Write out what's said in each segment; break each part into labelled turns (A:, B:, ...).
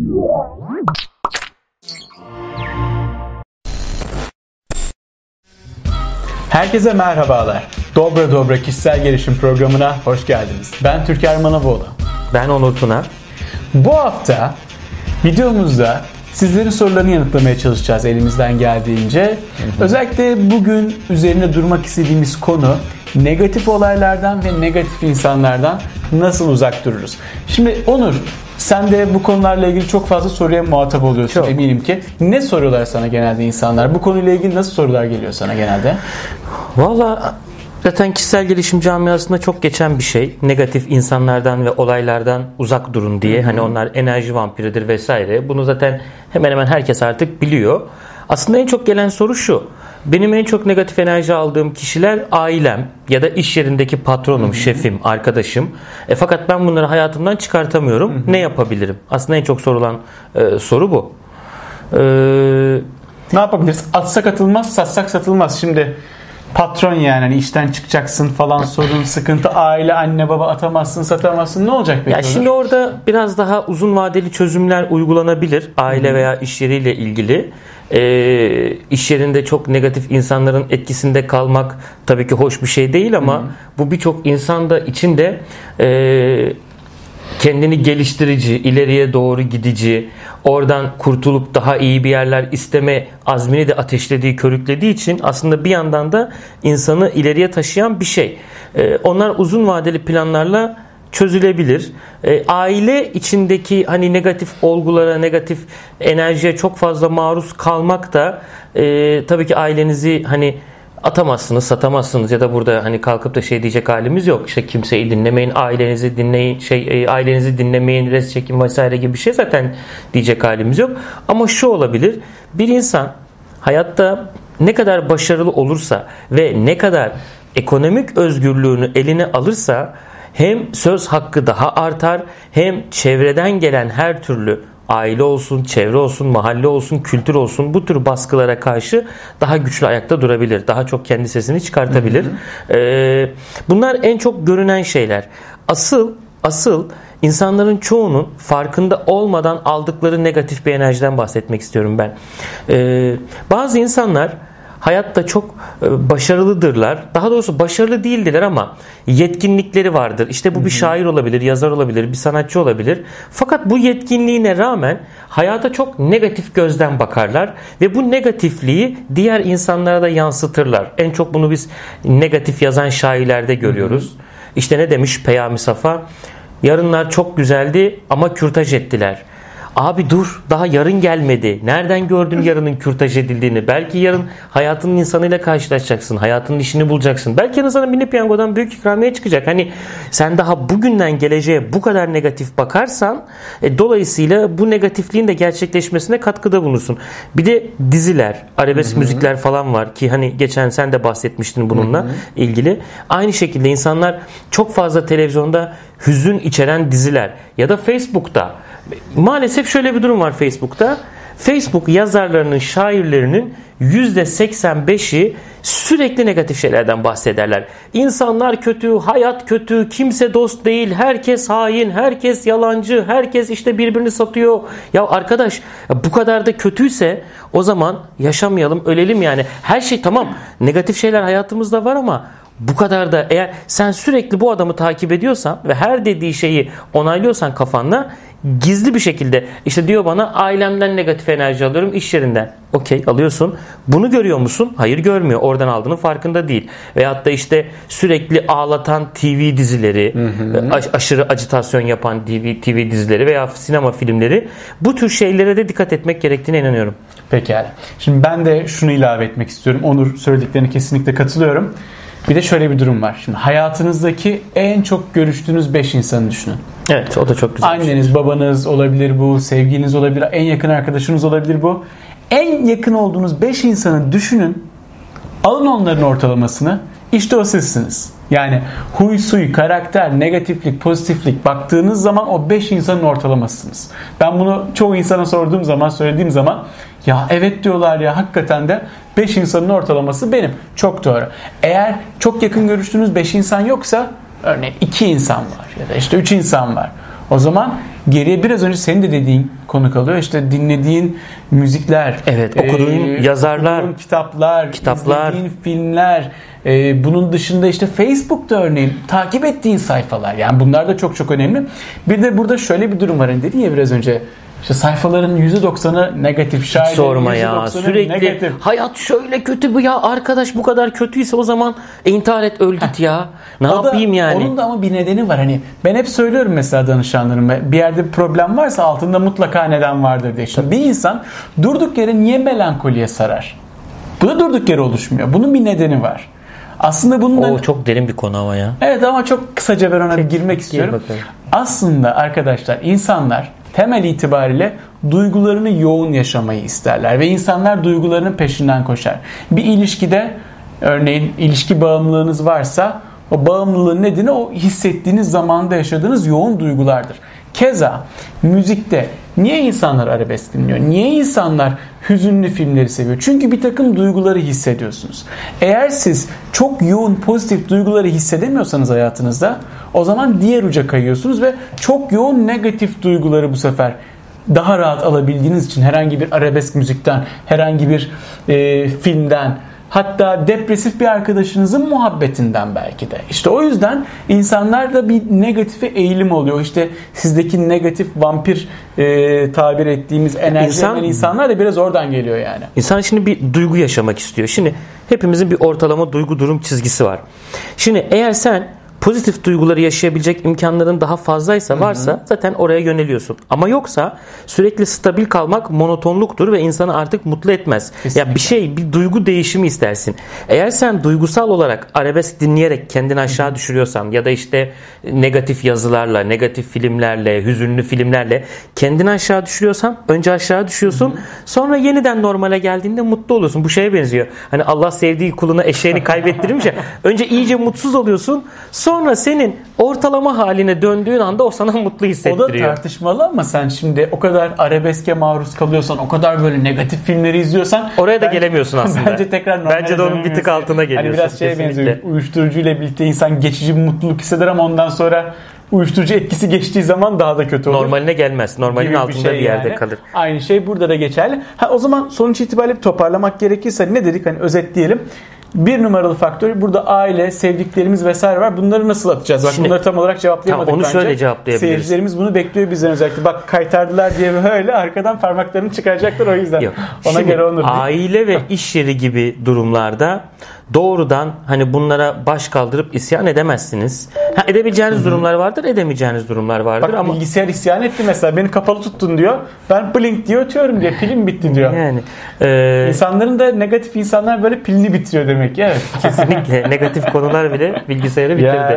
A: Herkese merhabalar. Dobra Dobra Kişisel Gelişim Programı'na hoş geldiniz. Ben Türker Manavoğlu.
B: Ben Onur Tuna.
A: Bu hafta videomuzda sizlerin sorularını yanıtlamaya çalışacağız elimizden geldiğince. Özellikle bugün üzerine durmak istediğimiz konu negatif olaylardan ve negatif insanlardan nasıl uzak dururuz? Şimdi Onur, sen de bu konularla ilgili çok fazla soruya muhatap oluyorsun eminim ki. Ne soruyorlar sana genelde insanlar? Bu konuyla ilgili nasıl sorular geliyor sana genelde?
B: Valla zaten kişisel gelişim camiasında çok geçen bir şey. Negatif insanlardan ve olaylardan uzak durun diye. Hani onlar enerji vampiridir vesaire. Bunu zaten hemen hemen herkes artık biliyor. Aslında en çok gelen soru şu. Benim en çok negatif enerji aldığım kişiler ailem ya da iş yerindeki patronum, şefim, arkadaşım. Fakat ben bunları hayatımdan çıkartamıyorum. Ne yapabilirim? Aslında en çok sorulan soru bu.
A: Ne yapabiliriz? Atsak atılmaz, satsak satılmaz. Şimdi patron yani hani işten çıkacaksın falan sorun, sıkıntı, aile, anne baba atamazsın, satamazsın. Ne olacak peki?
B: Ya şimdi orada biraz daha uzun vadeli çözümler uygulanabilir. Aile veya iş yeriyle ilgili. İş yerinde çok negatif insanların etkisinde kalmak tabii ki hoş bir şey değil ama bu birçok insan da içinde kendini geliştirici, ileriye doğru gidici, oradan kurtulup daha iyi bir yerler isteme azmini de ateşlediği, körüklediği için aslında bir yandan da insanı ileriye taşıyan bir şey. Onlar uzun vadeli planlarla çözülebilir. Aile içindeki hani negatif olgulara, negatif enerjiye çok fazla maruz kalmak da tabii ki ailenizi hani atamazsınız, satamazsınız ya da burada hani kalkıp da şey diyecek halimiz yok. İşte kimseyi dinlemeyin, ailenizi dinleyin, ailenizi dinlemeyin, res çekin vesaire gibi bir şey zaten diyecek halimiz yok. Ama şu olabilir. Bir insan hayatta ne kadar başarılı olursa ve ne kadar ekonomik özgürlüğünü eline alırsa hem söz hakkı daha artar, hem çevreden gelen her türlü aile olsun, çevre olsun, mahalle olsun, kültür olsun bu tür baskılara karşı daha güçlü ayakta durabilir. Daha çok kendi sesini çıkartabilir. Bunlar en çok görünen şeyler. Asıl insanların çoğunun farkında olmadan aldıkları negatif bir enerjiden bahsetmek istiyorum ben. Bazı insanlar hayatta çok başarılıdırlar. Daha doğrusu başarılı değildiler ama yetkinlikleri vardır. İşte bu bir şair olabilir, yazar olabilir, bir sanatçı olabilir. Fakat bu yetkinliğine rağmen hayata çok negatif gözden bakarlar ve bu negatifliği diğer insanlara da yansıtırlar. En çok bunu biz negatif yazan şairlerde görüyoruz. İşte ne demiş Peyami Safa? Yarınlar çok güzeldi ama kürtaj ettiler. Abi dur, daha yarın gelmedi. Nereden gördün yarının kürtaj edildiğini? Belki yarın hayatının insanıyla karşılaşacaksın. Hayatının işini bulacaksın. Belki yarın sana mini piyangodan büyük ikramiye çıkacak. Hani sen daha bugünden geleceğe bu kadar negatif bakarsan dolayısıyla bu negatifliğin de gerçekleşmesine katkıda bulunursun. Bir de diziler, arabesk müzikler falan var ki hani geçen sen de bahsetmiştin bununla ilgili. Aynı şekilde insanlar çok fazla televizyonda hüzün içeren diziler ya da Facebook'ta maalesef şöyle bir durum var Facebook'ta. Facebook yazarlarının, şairlerinin %85'i sürekli negatif şeylerden bahsederler. İnsanlar kötü, hayat kötü, kimse dost değil, herkes hain, herkes yalancı, herkes işte birbirini satıyor. Ya arkadaş bu kadar da kötüyse o zaman yaşamayalım, ölelim yani. Her şey tamam, negatif şeyler hayatımızda var ama bu kadar da eğer sen sürekli bu adamı takip ediyorsan ve her dediği şeyi onaylıyorsan kafanda gizli bir şekilde işte diyor bana ailemden negatif enerji alıyorum iş yerinden. Okey alıyorsun. Bunu görüyor musun? Hayır görmüyor. Oradan aldığının farkında değil. Veyahut da işte sürekli ağlatan TV dizileri, aşırı ajitasyon yapan TV dizileri veya sinema filmleri bu tür şeylere de dikkat etmek gerektiğine inanıyorum.
A: Pekala. Şimdi ben de şunu ilave etmek istiyorum. Onur söylediklerine kesinlikle katılıyorum. Bir de şöyle bir durum var. Şimdi hayatınızdaki en çok görüştüğünüz 5 insanı düşünün.
B: Evet, o da çok güzel.
A: Anneniz, babanız olabilir bu, sevgiliniz olabilir, en yakın arkadaşınız olabilir bu. En yakın olduğunuz 5 insanı düşünün. Alın onların ortalamasını. İşte o sizsiniz. Yani huy suy, karakter, negatiflik, pozitiflik baktığınız zaman o 5 insanın ortalamasısınız. Ben bunu çoğu insana sorduğum zaman, söylediğim zaman ya evet diyorlar ya hakikaten de 5 insanın ortalaması benim. Çok doğru. Eğer çok yakın görüştüğünüz 5 insan yoksa örneğin 2 insan var ya da işte 3 insan var. O zaman geriye biraz önce senin de dediğin konuk alıyor. İşte dinlediğin müzikler,
B: evet, okuduğun yazarlar,
A: okuduğun kitaplar, izlediğin filmler, bunun dışında işte Facebook'ta örneğin takip ettiğin sayfalar. Yani bunlar da çok çok önemli. Bir de burada şöyle bir durum var. Hani dedin ya biraz önce, İşte sayfaların %90'ı negatif, şairlerin
B: sorma ya. Sürekli
A: negatif.
B: Hayat şöyle kötü bu ya. Arkadaş bu kadar kötüyse o zaman intihar et, öl git ya. Ne yapayım yani?
A: Onun da ama bir nedeni var. Hani ben hep söylüyorum mesela danışanlarıma, bir yerde bir problem varsa altında mutlaka neden vardır diye. Şimdi bir insan durduk yere niye melankoliye sarar? Bu da durduk yere oluşmuyor. Bunun bir nedeni var. Aslında bunun
B: çok derin bir konu ama ya.
A: Evet, ama çok kısaca ben ona girmek istiyorum. Aslında arkadaşlar, insanlar temel itibariyle duygularını yoğun yaşamayı isterler ve insanlar duygularının peşinden koşar. Bir ilişkide örneğin ilişki bağımlılığınız varsa o bağımlılığın nedeni o hissettiğiniz zamanda yaşadığınız yoğun duygulardır. Keza müzikte niye insanlar arabesk dinliyor? Niye insanlar hüzünlü filmleri seviyor? Çünkü bir takım duyguları hissediyorsunuz. Eğer siz çok yoğun pozitif duyguları hissedemiyorsanız hayatınızda, o zaman diğer uca kayıyorsunuz ve çok yoğun negatif duyguları bu sefer daha rahat alabildiğiniz için herhangi bir arabesk müzikten, herhangi bir filmden, hatta depresif bir arkadaşınızın muhabbetinden belki de. İşte o yüzden insanlarda bir negatife eğilim oluyor. İşte sizdeki negatif vampir tabir ettiğimiz enerjiden insanlar da biraz oradan geliyor yani.
B: İnsan şimdi bir duygu yaşamak istiyor. Şimdi hepimizin bir ortalama duygu durum çizgisi var. Şimdi eğer sen pozitif duyguları yaşayabilecek imkanların daha fazlaysa, varsa zaten oraya yöneliyorsun. Ama yoksa sürekli stabil kalmak monotonluktur ve insanı artık mutlu etmez. Kesinlikle. Ya bir duygu değişimi istersin. Eğer sen duygusal olarak arabesk dinleyerek kendini aşağı düşürüyorsan ya da işte negatif yazılarla, negatif filmlerle, hüzünlü filmlerle kendini aşağı düşürüyorsan, önce aşağı düşüyorsun, sonra yeniden normale geldiğinde mutlu oluyorsun. Bu şeye benziyor. Hani Allah sevdiği kuluna eşeğini kaybettirmiş ya. Önce iyice mutsuz oluyorsun. Sonra senin ortalama haline döndüğün anda o sana mutlu hissettiriyor.
A: O da tartışmalı ama sen şimdi o kadar arabeske maruz kalıyorsan, o kadar böyle negatif filmleri izliyorsan
B: oraya da gelemiyorsun aslında.
A: Bence tekrar normale
B: bence de onun bir tık altına geliyorsun.
A: Hani biraz şeye benziyor. Uyuşturucuyla birlikte insan geçici bir mutluluk hisseder ama ondan sonra uyuşturucu etkisi geçtiği zaman daha da kötü olur.
B: Normaline gelmez. Normalin altında bir yerde yani kalır.
A: Aynı şey burada da geçerli. O zaman sonuç itibariyle toparlamak gerekirse ne dedik? Hani özetleyelim. Bir numaralı faktör burada aile, sevdiklerimiz vesaire var. Bunları nasıl atacağız? Bak şimdi, bunları tam olarak cevaplayamadık
B: onu
A: bence.
B: Şöyle cevaplayabiliriz.
A: Seyircilerimiz bunu bekliyor bizden özellikle. Bak kaytardılar diye böyle arkadan parmaklarını çıkaracaklar o yüzden.
B: Yok.
A: Ona
B: şimdi,
A: göre onur.
B: Aile ve iş yeri gibi durumlarda doğrudan hani bunlara baş kaldırıp isyan edemezsiniz. Edebileceğiniz durumlar vardır, edemeyeceğiniz durumlar vardır.
A: Bak,
B: ama
A: bilgisayar isyan etti mesela. Beni kapalı tuttun diyor. Ben blink diye ötüyorum diye. Pilim bitti diyor.
B: Yani
A: İnsanların da negatif insanlar böyle pilini bitiriyor demek ki. Evet.
B: Kesinlikle. Negatif konular bile bilgisayarı bitirdi.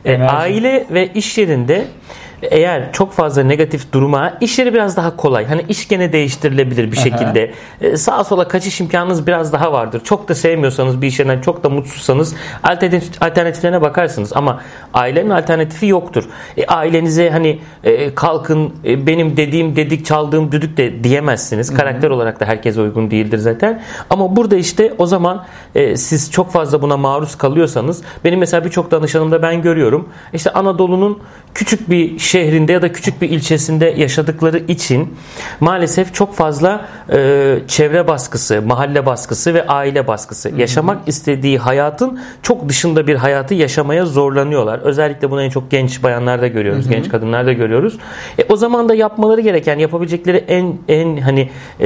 B: Aile ve iş yerinde eğer çok fazla negatif duruma, iş yeri biraz daha kolay. Hani iş gene değiştirilebilir bir şekilde. Sağa sola kaçış imkanınız biraz daha vardır. Çok da sevmiyorsanız bir iş yerinden, çok da mutsuzsanız alternatiflerine bakarsınız. Ama ailenin alternatifi yoktur. Ailenize hani kalkın benim dediğim dedik, çaldığım düdük de diyemezsiniz. Karakter olarak da herkese uygun değildir zaten. Ama burada işte o zaman siz çok fazla buna maruz kalıyorsanız, benim mesela birçok danışanımda ben görüyorum. İşte Anadolu'nun küçük bir şehrinde ya da küçük bir ilçesinde yaşadıkları için maalesef çok fazla çevre baskısı, mahalle baskısı ve aile baskısı, yaşamak istediği hayatın çok dışında bir hayatı yaşamaya zorlanıyorlar. Özellikle bunu en çok genç bayanlarda görüyoruz, genç kadınlarda görüyoruz. O zaman da yapmaları gereken, yapabilecekleri en hani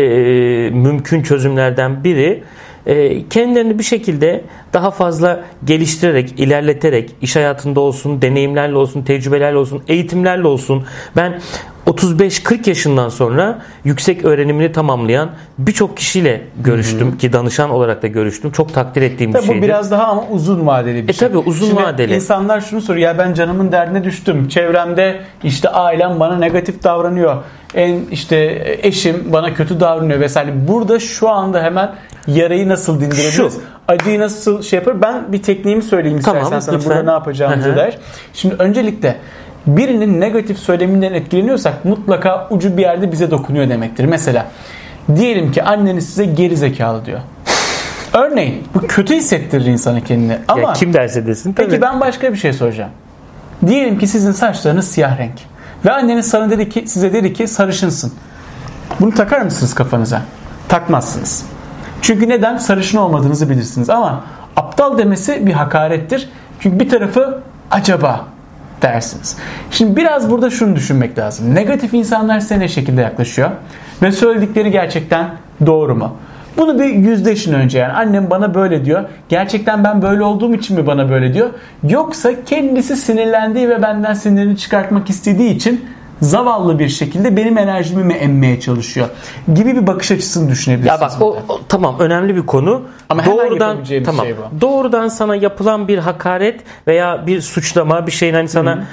B: mümkün çözümlerden biri, kendilerini bir şekilde daha fazla geliştirerek, ilerleterek, iş hayatında olsun, deneyimlerle olsun, tecrübelerle olsun, eğitimlerle olsun. Ben 35-40 yaşından sonra yüksek öğrenimini tamamlayan birçok kişiyle görüştüm ki danışan olarak da görüştüm. Çok takdir ettiğim bir şeydi.
A: Bu biraz daha ama uzun vadeli bir şey.
B: Tabii uzun vadeli.
A: İnsanlar şunu soruyor, ya ben canımın derdine düştüm. Çevremde işte ailem bana negatif davranıyor. İşte eşim bana kötü davranıyor vesaire. Burada şu anda hemen yarayı nasıl dindirebiliriz? Acıyı nasıl şey yapar? Ben bir tekniğimi söyleyeyim istersen sana. Lütfen. Burada ne yapacağımıza dair. Şimdi öncelikle birinin negatif söyleminden etkileniyorsak mutlaka ucu bir yerde bize dokunuyor demektir. Mesela diyelim ki anneniz size geri zekalı diyor. Örneğin bu kötü hissettirir insanı kendine. Ama
B: ya kim derse desin.
A: Peki ben başka bir şey soracağım. Diyelim ki sizin saçlarınız siyah renk. Ve anneniz sana size dedi ki sarışınsın. Bunu takar mısınız kafanıza? Takmazsınız. Çünkü neden? Sarışın olmadığınızı bilirsiniz. Ama aptal demesi bir hakarettir. Çünkü bir tarafı acaba dersiniz. Şimdi biraz burada şunu düşünmek lazım. Negatif insanlar size ne şekilde yaklaşıyor? Ve söyledikleri gerçekten doğru mu? Bunu bir yüzleşin önce yani. Annem bana böyle diyor. Gerçekten ben böyle olduğum için mi bana böyle diyor? Yoksa kendisi sinirlendiği ve benden sinirini çıkartmak istediği için zavallı bir şekilde benim enerjimi mi emmeye çalışıyor gibi bir bakış açısını düşünebilirsiniz.
B: Ya bak o tamam, önemli bir konu.
A: Ama doğrudan tamam, şey bu.
B: Doğrudan sana yapılan bir hakaret veya bir suçlama, bir şeyin hani sana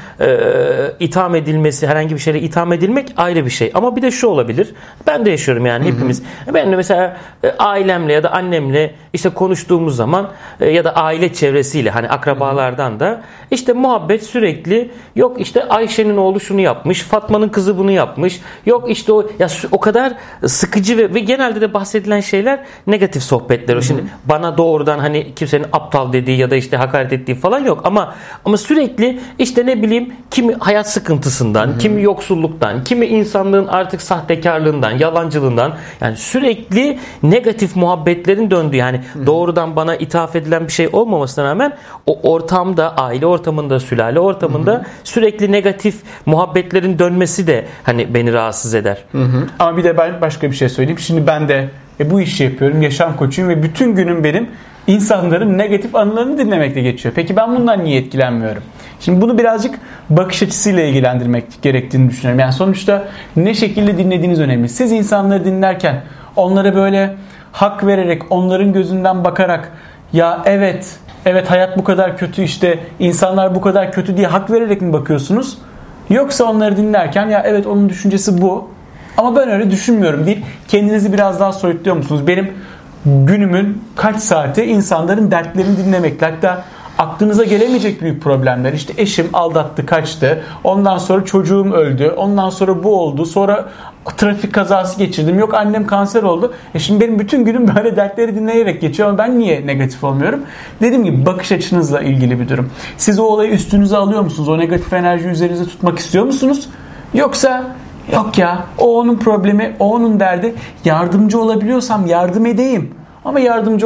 B: itham edilmesi, herhangi bir şeyle itham edilmek ayrı bir şey. Ama bir de şu olabilir. Ben de yaşıyorum yani, hepimiz. Ben de mesela ailemle ya da annemle işte konuştuğumuz zaman ya da aile çevresiyle, hani akrabalardan da işte muhabbet sürekli, yok işte Ayşe'nin oğlu şunu yapmış, Fatma'nın kızı bunu yapmış. Yok işte o kadar sıkıcı ve genelde de bahsedilen şeyler negatif sohbetler. O şimdi bana doğrudan hani kimsenin aptal dediği ya da işte hakaret ettiği falan yok, ama sürekli işte ne bileyim, kimi hayat sıkıntısından, kimi yoksulluktan, kimi insanlığın artık sahtekarlığından, yalancılığından, yani sürekli negatif muhabbetlerin döndüğü, yani doğrudan bana ithaf edilen bir şey olmamasına rağmen o ortamda, aile ortamında, sülale ortamında sürekli negatif muhabbetlerin dönmesi de hani beni rahatsız eder.
A: Ama bir de ben başka bir şey söyleyeyim. Şimdi ben de bu işi yapıyorum. Yaşam koçuyum ve bütün günüm benim insanların negatif anılarını dinlemekle geçiyor. Peki ben bundan niye etkilenmiyorum? Şimdi bunu birazcık bakış açısıyla ilgilendirmek gerektiğini düşünüyorum. Yani sonuçta ne şekilde dinlediğiniz önemli. Siz insanları dinlerken onlara böyle hak vererek, onların gözünden bakarak ya evet hayat bu kadar kötü, işte insanlar bu kadar kötü diye hak vererek mi bakıyorsunuz? Yoksa onları dinlerken ya evet onun düşüncesi bu ama ben öyle düşünmüyorum deyip kendinizi biraz daha soyutluyor musunuz? Benim günümün kaç saati insanların dertlerini dinlemekle, hatta aklınıza gelemeyecek büyük problemler. İşte eşim aldattı, kaçtı. Ondan sonra çocuğum öldü. Ondan sonra bu oldu. Sonra trafik kazası geçirdim. Yok annem kanser oldu. Şimdi benim bütün günüm böyle dertleri dinleyerek geçiyor ama ben niye negatif olmuyorum? Dediğim gibi bakış açınızla ilgili bir durum. Siz o olayı üstünüze alıyor musunuz? O negatif enerjiyi üzerinizde tutmak istiyor musunuz? Yoksa yok ya, o onun problemi, o onun derdi. Yardımcı olabiliyorsam yardım edeyim. Ama yardımcı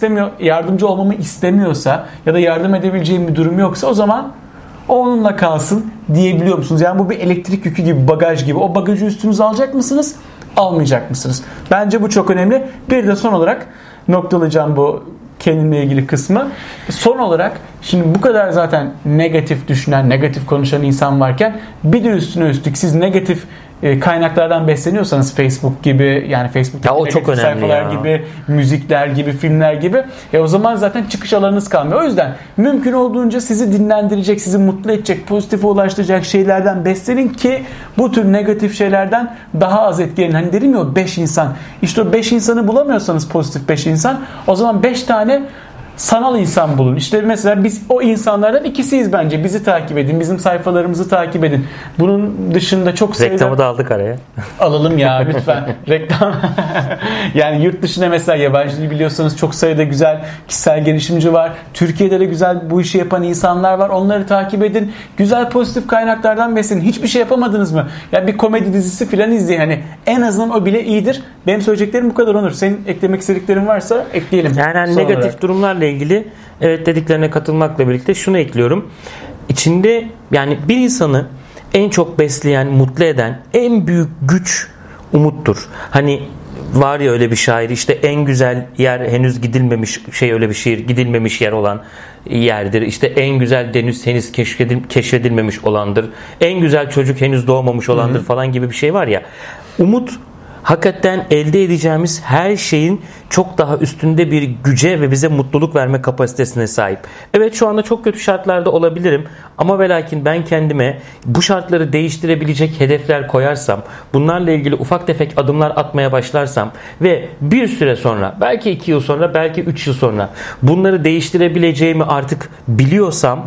A: olmamı istemiyorsa ya da yardım edebileceğim bir durum yoksa o zaman o onunla kalsın diyebiliyor musunuz? Yani bu bir elektrik yükü gibi, bagaj gibi. O bagajı üstünüze alacak mısınız? Almayacak mısınız? Bence bu çok önemli. Bir de son olarak noktalayacağım bu kendimle ilgili kısmı. Son olarak şimdi bu kadar zaten negatif düşünen, negatif konuşan insan varken bir de üstüne üstlük siz negatif kaynaklardan besleniyorsanız, Facebook gibi, yani Facebook'taki
B: o çok önemli
A: sayfalar
B: ya.
A: gibi, müzikler gibi, filmler gibi, o zaman zaten çıkış alanınız kalmıyor. O yüzden mümkün olduğunca sizi dinlendirecek, sizi mutlu edecek, pozitife ulaştıracak şeylerden beslenin ki bu tür negatif şeylerden daha az etkilenin. Hani dedim ya, o 5 insan. İşte o 5 insanı bulamıyorsanız, pozitif 5 insan, o zaman 5 tane sanal insan bulun. İşte mesela biz o insanlardan ikisiyiz bence. Bizi takip edin. Bizim sayfalarımızı takip edin. Bunun dışında çok sayıda...
B: Reklamı da aldık araya.
A: Alalım ya lütfen. Reklam. Yani yurt dışında mesela, yabancı dil biliyorsanız, çok sayıda güzel kişisel gelişimci var. Türkiye'de de güzel bu işi yapan insanlar var. Onları takip edin. Güzel pozitif kaynaklardan beslenin. Hiçbir şey yapamadınız mı? Ya bir komedi dizisi filan izleyin. Hani en azından o bile iyidir. Benim söyleyeceklerim bu kadar Onur. Senin eklemek istediklerin varsa ekleyelim.
B: Yani negatif olarak durumlarla ilgili evet dediklerine katılmakla birlikte şunu ekliyorum. İçinde yani bir insanı en çok besleyen, mutlu eden en büyük güç umuttur. Hani var ya öyle bir şair, işte en güzel yer henüz gidilmemiş öyle bir şiir, gidilmemiş yer olan yerdir. İşte en güzel deniz henüz keşfedilmemiş olandır. En güzel çocuk henüz doğmamış olandır falan gibi bir şey var ya. Umut hakikaten elde edeceğimiz her şeyin çok daha üstünde bir güce ve bize mutluluk verme kapasitesine sahip. Evet, şu anda çok kötü şartlarda olabilirim ama ve lakin ben kendime bu şartları değiştirebilecek hedefler koyarsam, bunlarla ilgili ufak tefek adımlar atmaya başlarsam ve bir süre sonra, belki 2 yıl sonra, belki 3 yıl sonra bunları değiştirebileceğimi artık biliyorsam,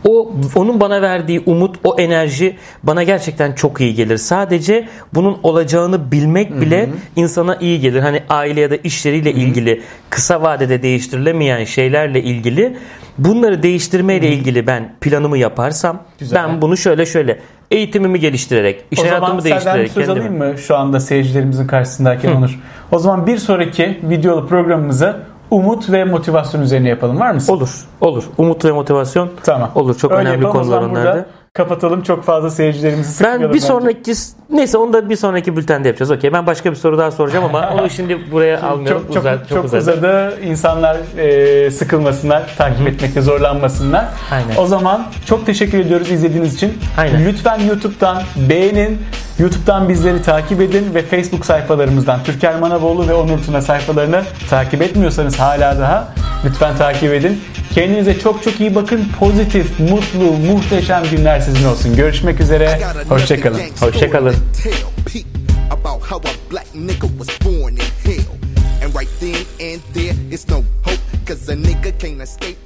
B: onun bana verdiği umut, o enerji bana gerçekten çok iyi gelir. Sadece bunun olacağını bilmek bile bile insana iyi gelir. Hani aile ya da işleriyle ilgili kısa vadede değiştirilemeyen şeylerle ilgili, bunları değiştirmeyle ilgili ben planımı yaparsam,
A: Güzel.
B: ben bunu şöyle eğitimimi geliştirerek, iş hayatımı değiştirerek
A: O zaman senden söz alayım mı şu anda seyircilerimizin karşısındayken Onur? O zaman bir sonraki videolu programımızı umut ve motivasyon üzerine yapalım. Var mısın?
B: Olur. Umut ve motivasyon.
A: Tamam.
B: Olur. Çok
A: öyle
B: önemli
A: yapalım.
B: konular onlar da.
A: Kapatalım. Çok fazla seyircilerimizi sıkmayalım.
B: Ben bir sonraki onu da bir sonraki bültende yapacağız. Okey. Ben başka bir soru daha soracağım ama onu şimdi buraya almayalım.
A: Çok uzadı. İnsanlar sıkılmasınlar, takip etmekte zorlanmasınlar.
B: Aynen.
A: O zaman çok teşekkür ediyoruz izlediğiniz için.
B: Aynen.
A: Lütfen YouTube'dan beğenin. YouTube'dan bizleri takip edin ve Facebook sayfalarımızdan Türker Manavoğlu ve Onur Tuna sayfalarını takip etmiyorsanız hala daha lütfen takip edin. Kendinize çok iyi bakın. Pozitif, mutlu, muhteşem günler sizin olsun. Görüşmek üzere. Hoşçakalın.
B: Hoşçakalın.
C: And right then and there, it's no hope, 'cause a nigga can't escape